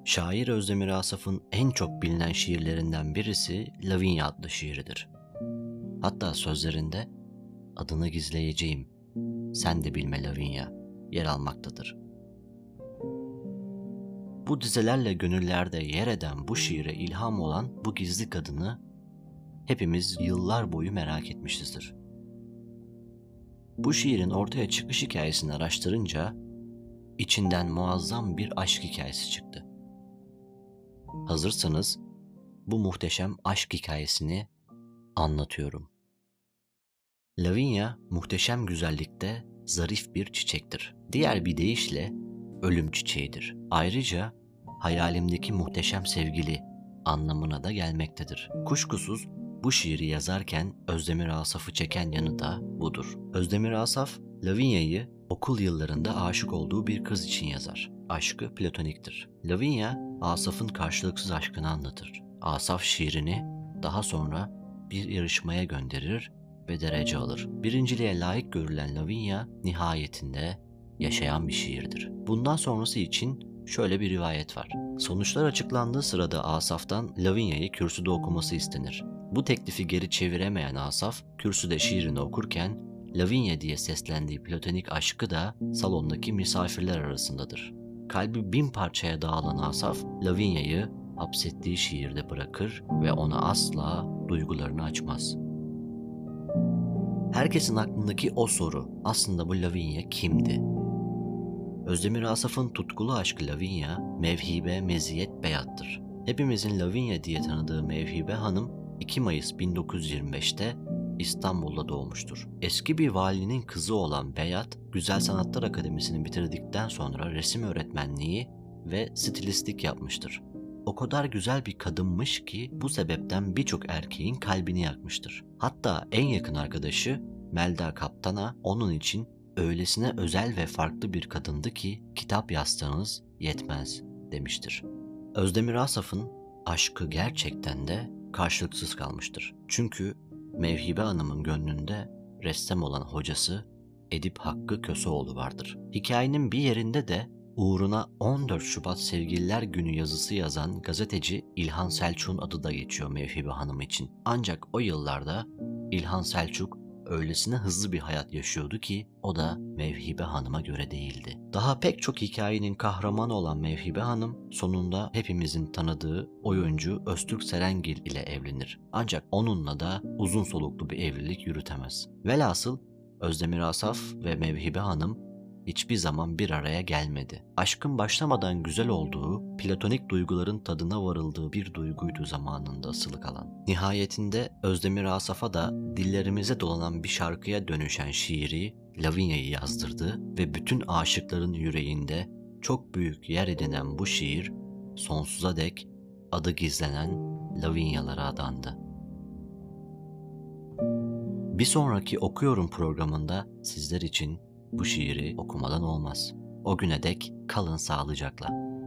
Şair Özdemir Asaf'ın en çok bilinen şiirlerinden birisi Lavinia adlı şiiridir. Hatta sözlerinde "Adını gizleyeceğim, sen de bilme Lavinia" yer almaktadır. Bu dizelerle gönüllerde yer eden bu şiire ilham olan bu gizli kadını hepimiz yıllar boyu merak etmişizdir. Bu şiirin ortaya çıkış hikayesini araştırınca içinden muazzam bir aşk hikayesi çıktı. Hazırsanız bu muhteşem aşk hikayesini anlatıyorum. Lavinia muhteşem güzellikte zarif bir çiçektir. Diğer bir deyişle ölüm çiçeğidir. Ayrıca hayalimdeki muhteşem sevgili anlamına da gelmektedir. Kuşkusuz bu şiiri yazarken Özdemir Asaf'ı çeken yanı da budur. Özdemir Asaf, Lavinia'yı okul yıllarında aşık olduğu bir kız için yazar. Aşkı platoniktir. Lavinia, Asaf'ın karşılıksız aşkını anlatır. Asaf şiirini daha sonra bir yarışmaya gönderir ve derece alır. Birinciliğe layık görülen Lavinia nihayetinde yaşayan bir şiirdir. Bundan sonrası için şöyle bir rivayet var. Sonuçlar açıklandığı sırada Asaf'tan Lavinia'yı kürsüde okuması istenir. Bu teklifi geri çeviremeyen Asaf, kürsüde şiirini okurken Lavinia diye seslendiği platonik aşkı da salondaki misafirler arasındadır. Kalbi 1000 parçaya dağılan Asaf, Lavinia'yı hapsettiği şiirde bırakır ve ona asla duygularını açmaz. Herkesin aklındaki o soru, aslında bu Lavinia kimdi? Özdemir Asaf'ın tutkulu aşkı Lavinia, mevhibe, meziyet, beyattır. Hepimizin Lavinia diye tanıdığı Mevhibe Hanım 2 Mayıs 1925'te İstanbul'da doğmuştur. Eski bir valinin kızı olan Beyat, Güzel Sanatlar Akademisi'ni bitirdikten sonra resim öğretmenliği ve stilistlik yapmıştır. O kadar güzel bir kadınmış ki bu sebepten birçok erkeğin kalbini yakmıştır. Hatta en yakın arkadaşı Melda Kaptan'a onun için öylesine özel ve farklı bir kadındı ki kitap yazsanız yetmez demiştir. Özdemir Asaf'ın aşkı gerçekten de karşılıksız kalmıştır. Çünkü Mevhibe Hanım'ın gönlünde ressam olan hocası Edip Hakkı Köseoğlu vardır. Hikayenin bir yerinde de uğruna 14 Şubat Sevgililer Günü yazısı yazan gazeteci İlhan Selçuk'un adı da geçiyor Mevhibe Hanım için. Ancak o yıllarda İlhan Selçuk öylesine hızlı bir hayat yaşıyordu ki o da Mevhibe Hanım'a göre değildi. Daha pek çok hikayenin kahramanı olan Mevhibe Hanım sonunda hepimizin tanıdığı oyuncu Öztürk Serengil ile evlenir. Ancak onunla da uzun soluklu bir evlilik yürütemez. Velhasıl Özdemir Asaf ve Mevhibe Hanım hiçbir zaman bir araya gelmedi. Aşkın başlamadan güzel olduğu, platonik duyguların tadına varıldığı bir duyguydu zamanında asılı kalan. Nihayetinde Özdemir Asaf'a da dillerimize dolanan bir şarkıya dönüşen şiiri Lavinia'yı yazdırdı ve bütün aşıkların yüreğinde çok büyük yer edinen bu şiir sonsuza dek adı gizlenen Lavinia'lara adandı. Bir sonraki Okuyorum programında sizler için bu şiiri okumadan olmaz. O güne dek kalın sağlıcakla.